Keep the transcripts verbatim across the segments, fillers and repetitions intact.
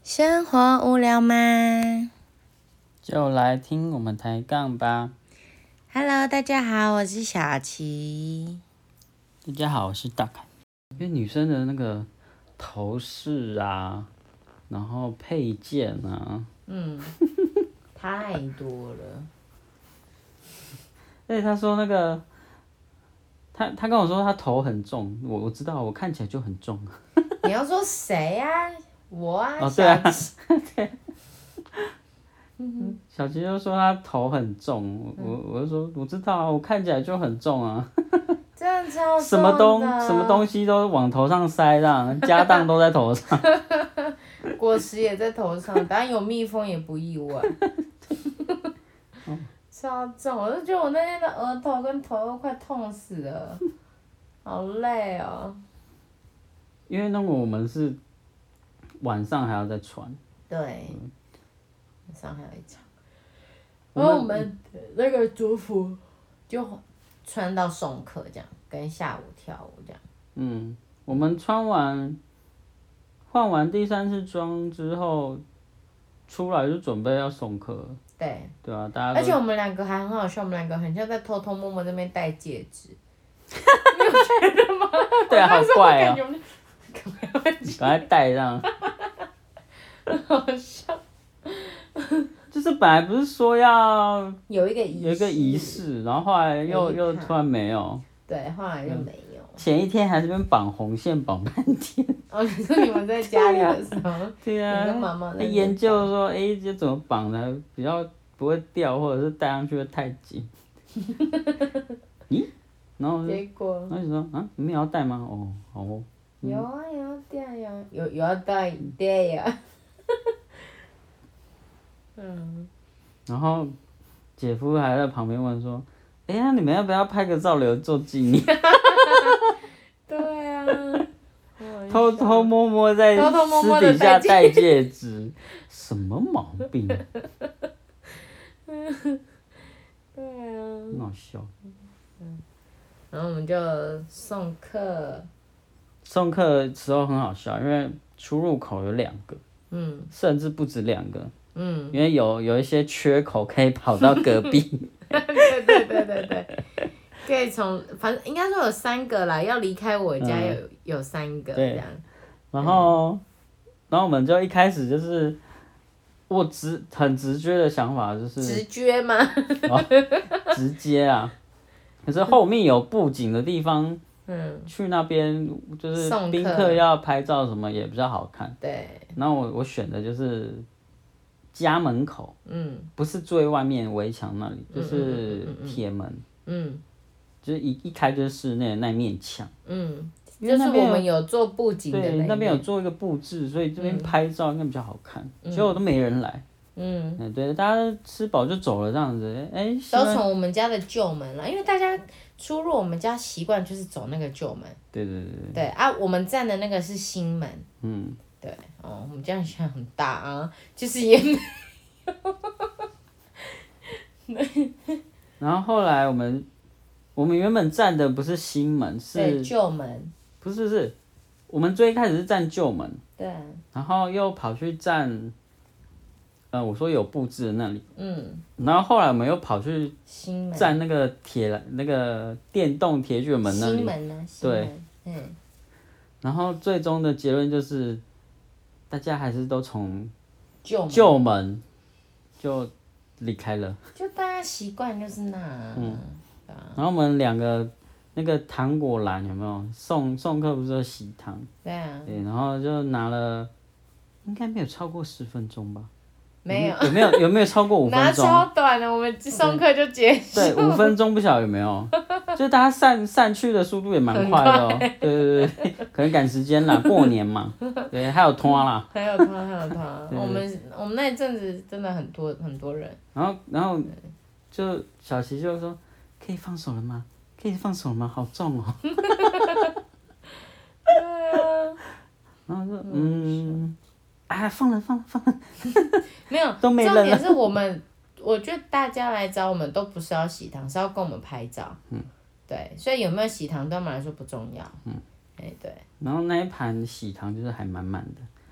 生活无聊吗就来听我们抬杠吧。 ？Hello，大家好，我是小琪。 大家好，我是大凯。因为女生的那个头饰啊，然后配件啊， 嗯，太多了。 而且他说那个，他他跟我说他头很重，我我知道，我看起来就很重。 你要说谁啊？我啊， 哦，对啊， 小琪。 对。小琪就说他头很重，我我我就说我知道啊，我看起来就很重啊。 真的超重的。 什么东什么东西都往头上塞，这样家当都在头上。 果实也在头上，当然有蜜蜂也不意外。超重，我就觉得我那天的额头跟头都快痛死了，好累哦。 因为那个我们是晚上还要再穿。 对，晚上还有一场。然后我们那个族服就穿到送课这样，跟下午跳舞这样。 嗯，我们穿完换完第三次妆之后，出来就准备要送课了。 对。 对啊，大家。 而且我们两个还很好笑，我们两个很像在偷偷摸摸在那边戴戒指。你有觉得吗？ 对啊，好怪哦、 我那时候感觉我们赶快戴上。 好笑。 就是本来不是说要有一个仪式， 有一个仪式，然后后来又又突然没有。 对，后来就没有。 前一天还这边绑红线绑半天。 哦，你说你们在家里的时候， 对啊， 你跟妈妈在那边研究说，哎、这怎么绑的比较不会掉，或者是戴上去会太紧。咦？然后结果， 然后就说啊，你们也要戴吗？哦，好哦。 有啊，有要戴呀，有有要戴戴呀。嗯。 然后姐夫还在旁边问说：“哎、呀，你们要不要拍个照留做纪念？” 对啊。 偷偷摸摸在偷偷摸摸私底下地戴戒指，什么毛病？ 对啊。 很好笑。 然后我们就送客。 送客的时候很好笑，因为出入口有两个， 嗯甚至不止两个， 嗯。 因为有有一些缺口可以跑到隔壁。 对对对对对，可以从反正应该说有三个啦，要离开我家有、 嗯有三个这对样。 然后，然后我们就一开始就是我直很直觉的想法就是直觉吗？ 哦，直接啊。可是后面有布景的地方， 嗯， 去那边就是送客宾客要拍照什么也比较好看。 对。 然后我我选的就是家门口， 嗯不是最外面围墙那里，就是铁门， 嗯就是一一开就是室内的那面墙。 嗯， 因就是为那边有我们有做布景的对，那边有面。 做一个布置，所以这边拍照应该比较好看。结果都没人来。 嗯， 嗯，对，大家都吃饱就走了这样子。哎、 都从我们家的旧门了，因为大家出入我们家习惯就是走那个旧门。 对对对对。 对啊，我们站的那个是新门。 嗯。 对哦，我们这样想很大啊，就是也没然后后来我们我们原本站的不是新门， 对是旧门。 不是是？我们最一开始是站旧门， 对。 然后又跑去站，呃，我说有布置的那里， 嗯， 然后后来我们又跑去新门。 站那个铁栏那个电动铁卷门那里。 新门呢？新对门。嗯。 然后最终的结论就是，大家还是都从旧门。 旧门就离开了。 就大家习惯就是那、啊。嗯。 然后我们两个那个糖果篮有没有送送客不是有喜糖？ 对啊。 对，然后就拿了，应该没有超过十分钟吧？ 没有。 有没有有没有超过五分拿钟？ 超短的，我们送课就结束。 对，五分钟不晓得有没有，就是大家散散去的速度也蛮快的哦。对对对，可能赶时间啦，过年嘛。对，还有拖啦。 还有他，还有他。我们我们那一阵子真的很多很多人。 然后然后就小琪就说：“可以放手了吗？可以放手了吗？好重哦。” 对啊。 然后说：“嗯，啊，放了放了放了。” 没有， 都没人了。 重点是我们，我觉得大家来找我们都不是要喜糖，是要跟我们拍照。嗯。对，所以有没有喜糖对我们来说不重要。嗯。哎、欸，对。 然后那一盘喜糖就是还满满的，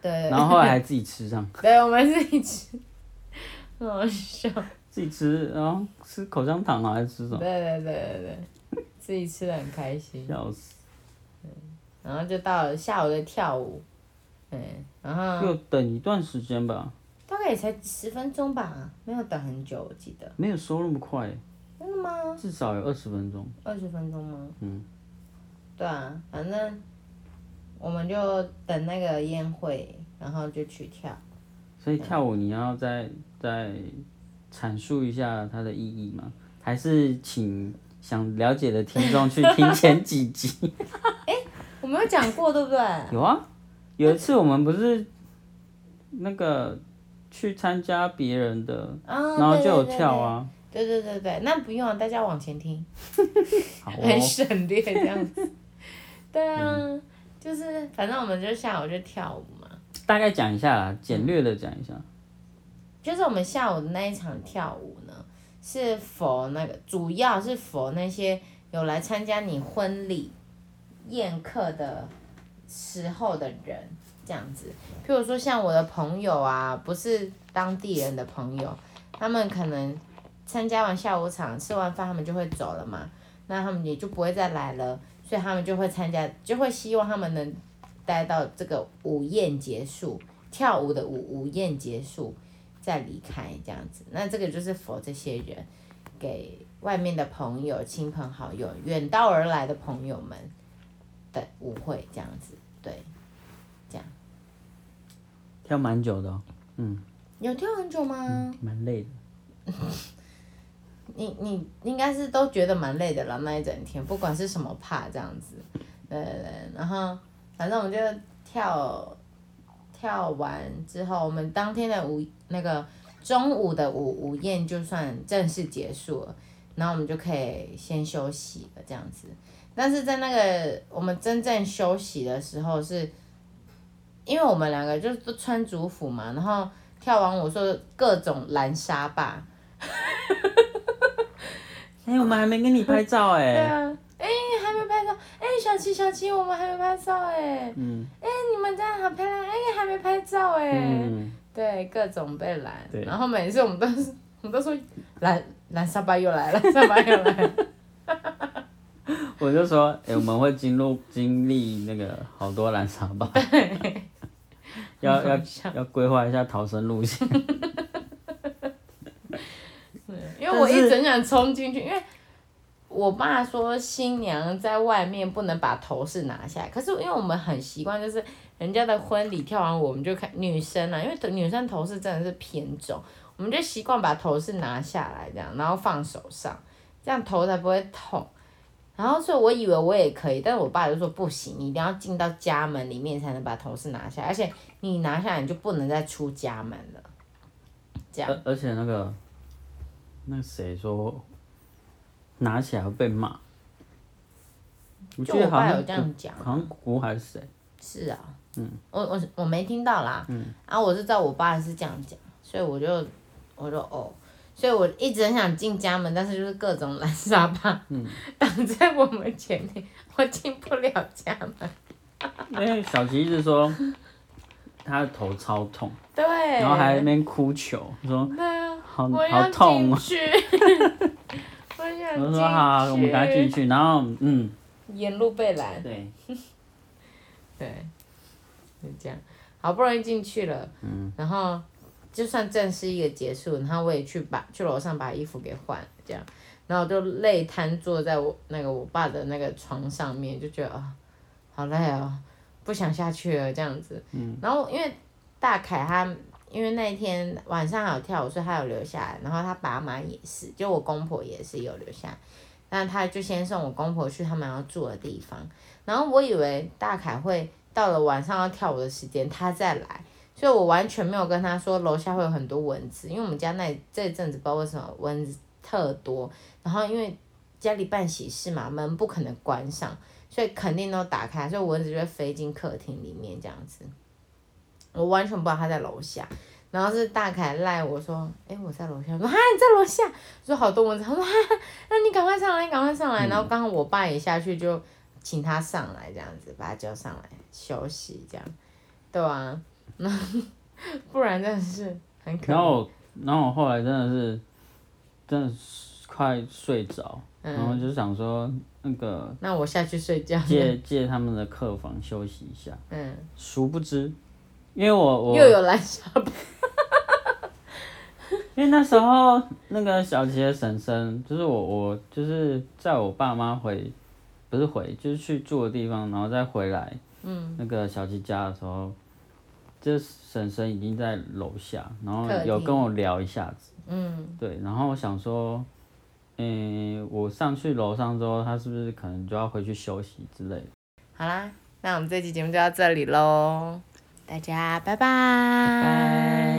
对。 然后后来还自己吃上。 对，我们自己吃，很好笑。 自己吃，然后吃口香糖啊，还是吃什么？ 对对对对对，自己吃的很开心。 笑死。 然后就到了下午的跳舞，对，然后就等一段时间吧。 大概也才十分钟吧，没有等很久，我记得。 没有收那么快。 真的吗？ 至少有二十分钟。 二十分钟吗？ 嗯。 对啊，反正我们就等那个宴会，然后就去跳。 所以跳舞你要再再阐述一下它的意义吗？还是请想了解的听众去听前几集？ 哎、欸，我没有讲过，对不对？ 有啊，有一次我们不是那个去参加别人的， 哦、 然后就有跳啊。 对对对对，那不用，大家往前听， 好哦、 很省略这样子。对啊，嗯、就是反正我们就下午就跳舞嘛。 大概讲一下啦，简略的讲一下。 就是我们下午的那一场跳舞呢，是佛那个，主要是佛那些有来参加你婚礼宴客的时候的人，这样子。譬如说像我的朋友啊，不是当地人的朋友，他们可能参加完下午场，吃完饭他们就会走了嘛，那他们也就不会再来了，所以他们就会参加，就会希望他们能待到这个午宴结束，跳舞的午午宴结束。再离开这样子，那这个就是for这些人，给外面的朋友、亲朋好友、远道而来的朋友们的舞会这样子，对，这样。 跳蛮久的哦，嗯。 有跳很久吗？ 嗯，蛮累的。 你你应该是都觉得蛮累的了，那一整天，不管是什么怕这样子，对对对，然后反正我们就跳。跳完之后，我们当天的午那个中午的午午宴就算正式结束了，然后我们就可以先休息了这样子。但是在那个我们真正休息的时候是，因为我们两个就都穿族服嘛，然后跳完舞说各种拦沙坝。 哎、欸，我们还没跟你拍照哎、欸。 对啊。哎、欸，还没拍照，哎、欸，小七小七，我们还没拍照哎、欸，嗯，哎、欸，你们这样好漂亮，哎、欸，还没拍照哎、欸，嗯，对，各种被拦，然后每次我们都是，我们都说拦拦沙巴又来了，沙巴又来了， 我就说，哎、欸，我们会经历经历那个好多拦沙巴，要要要规划一下逃生路线， 因为我一直很想冲进去，因为。我爸说新娘在外面不能把头饰拿下来，可是因为我们很习惯，就是人家的婚礼跳完舞，我们就看女生啊，因为女生头饰真的是偏重，我们就习惯把头饰拿下来这样，然后放手上，这样头才不会痛。然后所以我以为我也可以，但是我爸就说不行，你一定要进到家门里面才能把头饰拿下来，而且你拿下来你就不能再出家门了。这样。 而而且那个，那谁说？拿起来会被骂，我记得好像有这样讲， 好像姑还是谁？ 是啊，嗯，我我我没听到啦，嗯，啊，我是知道我爸是这样讲，所以我就我就哦，所以我一直很想进家门，但是就是各种拦沙坝，嗯，挡在我们前面，我进不了家门。 因为小琪一直说他的头超痛， 对， 然后还在那边哭求，说好好痛哦。 我我说好，我们赶快进去，然后嗯， 沿路被拦。 对， 对，就这样，好不容易进去了，嗯，然后就算正式一个结束，然后我也去把去楼上把衣服给换了，这样，然后我就累瘫坐在我那个我爸的那个床上面，就觉得啊，好累哦，不想下去了这样子，嗯，然后因为大凯他。因为那一天晚上还有跳舞，所以他有留下来。然后他爸妈也是，就我公婆也是有留下来。那他就先送我公婆去他们要住的地方。然后我以为大凯会到了晚上要跳舞的时间他再来，所以我完全没有跟他说楼下会有很多蚊子，因为我们家那这阵子不知道为什么蚊子特多。然后因为家里办喜事嘛，门不可能关上，所以肯定都打开，所以蚊子就会飞进客厅里面这样子。我完全不知道他在楼下，然后是大凯赖我说，哎、欸，我在楼下，我说哈你在楼下，我说好多蚊子，他说哈，那你赶快上来，你赶快上来，嗯、然后刚好我爸也下去，就请他上来这样子，把他叫上来休息这样，对啊， 不然真的是很可怜。 然后我，然后我后来真的是，真的是快睡着， 嗯、 然后就想说那个那我下去睡觉。 借借他们的客房休息一下。 嗯。 殊不知，因为我我又有蓝沙包。 因为那时候那个小琪的婶婶，就是我我就是在我爸妈回，不是回，就是去住的地方，然后再回来，嗯，那个小琪家的时候，这婶婶已经在楼下，然后有跟我聊一下子，嗯，对，然后我想说，嗯，我上去楼上之后，他是不是可能就要回去休息之类的？ 好啦，那我们这期节目就到这里喽，大家拜拜。 拜拜。